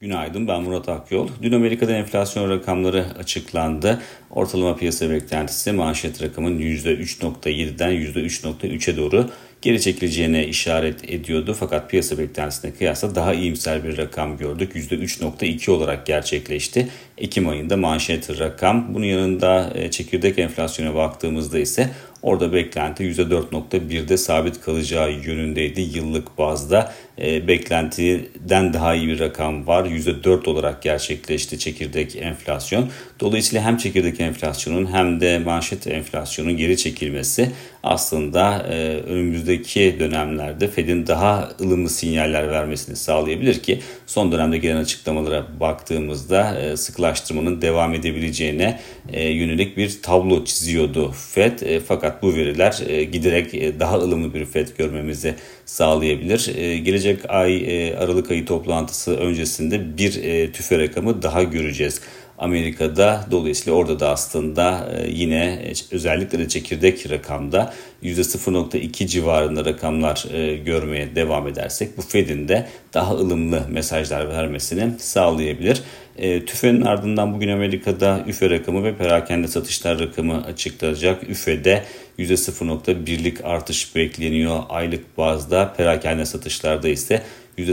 Günaydın, ben Murat Akyol. Dün Amerika'da enflasyon rakamları açıklandı. Ortalama piyasa beklentisi manşet rakamın %3.7'den %3.3'e doğru geri çekileceğine işaret ediyordu. Fakat piyasa beklentisine kıyasla daha iyimser bir rakam gördük. %3.2 olarak gerçekleşti. Ekim ayında manşet rakam. Bunun yanında çekirdek enflasyona baktığımızda ise orada beklenti %4.1'de sabit kalacağı yönündeydi yıllık bazda. Beklentiden daha iyi bir rakam var. %4 olarak gerçekleşti çekirdek enflasyon. Dolayısıyla hem çekirdek enflasyonun hem de manşet enflasyonun geri çekilmesi aslında önümüzdeki dönemlerde Fed'in daha ılımlı sinyaller vermesini sağlayabilir ki son dönemde gelen açıklamalara baktığımızda sıkılaştırmanın devam edebileceğine yönelik bir tablo çiziyordu Fed. Fakat bu veriler giderek daha ılımlı bir Fed görmemizi sağlayabilir. Gelecek ay Aralık ayı toplantısı öncesinde bir tüfe rakamı daha göreceğiz Amerika'da. Dolayısıyla orada da aslında yine özellikle de çekirdek rakamda %0.2 civarında rakamlar görmeye devam edersek bu Fed'in de daha ılımlı mesajlar vermesini sağlayabilir. TÜFE'nin ardından bugün Amerika'da üfe rakamı ve perakende satışlar rakamı açıklanacak. Üfe'de %0.1'lik artış bekleniyor aylık bazda. Perakende satışlarda ise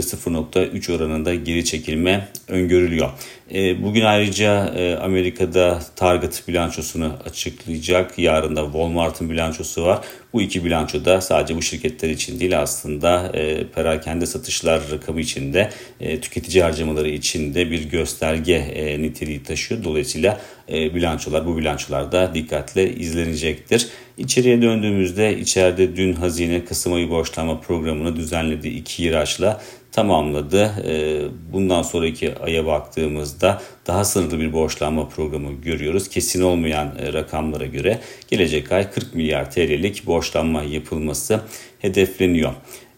%0.3 oranında geri çekilme öngörülüyor. Bugün ayrıca Amerika'da Target bilançosunu açıklayacak. Yarın da Walmart'ın bilançosu var. Bu iki bilanço da sadece bu şirketler için değil aslında perakende satışlar rakamı için de tüketici harcamaları için de bir gösterge niteliği taşıyor. Dolayısıyla bu bilançolar da dikkatle izlenecektir. İçeriye döndüğümüzde içeride dün Hazine Kasım ayı borçlanma programını düzenlediği 2 ihraçla tamamladı. Bundan sonraki aya baktığımızda daha sınırlı bir borçlanma programı görüyoruz. Kesin olmayan rakamlara göre gelecek ay 40 milyar TL'lik borçlanma yapılması hedefleniyor.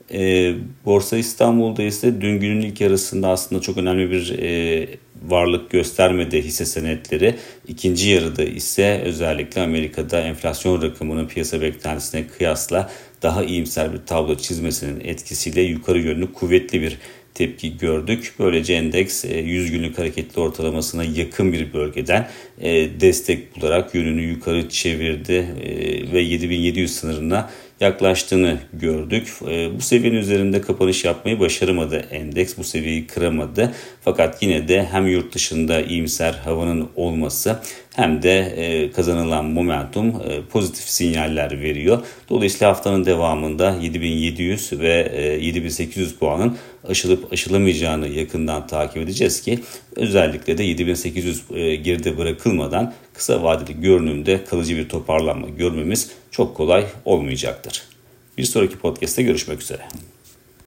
Borsa İstanbul'da ise dün günün ilk yarısında aslında çok önemli bir varlık göstermedi hisse senetleri. İkinci yarıda ise özellikle Amerika'da enflasyon rakamının piyasa beklentisine kıyasla daha iyimser bir tablo çizmesinin etkisiyle yukarı yönlü kuvvetli bir tepki gördük. Böylece endeks 100 günlük hareketli ortalamasına yakın bir bölgeden destek bularak yönünü yukarı çevirdi ve 7700 sınırına yaklaştığını gördük. Bu seviyenin üzerinde kapanış yapmayı başaramadı endeks. Bu seviyeyi kıramadı. Fakat yine de hem yurt dışında iyimser havanın olması hem de kazanılan momentum pozitif sinyaller veriyor. Dolayısıyla haftanın devamında 7700 ve 7800 puanın aşılıp aşılamayacağını yakından takip edeceğiz ki özellikle de 7800 geride bırakılmadan kısa vadeli görünümde kalıcı bir toparlanma görmemiz çok kolay olmayacaktır. Bir sonraki podcast'te görüşmek üzere.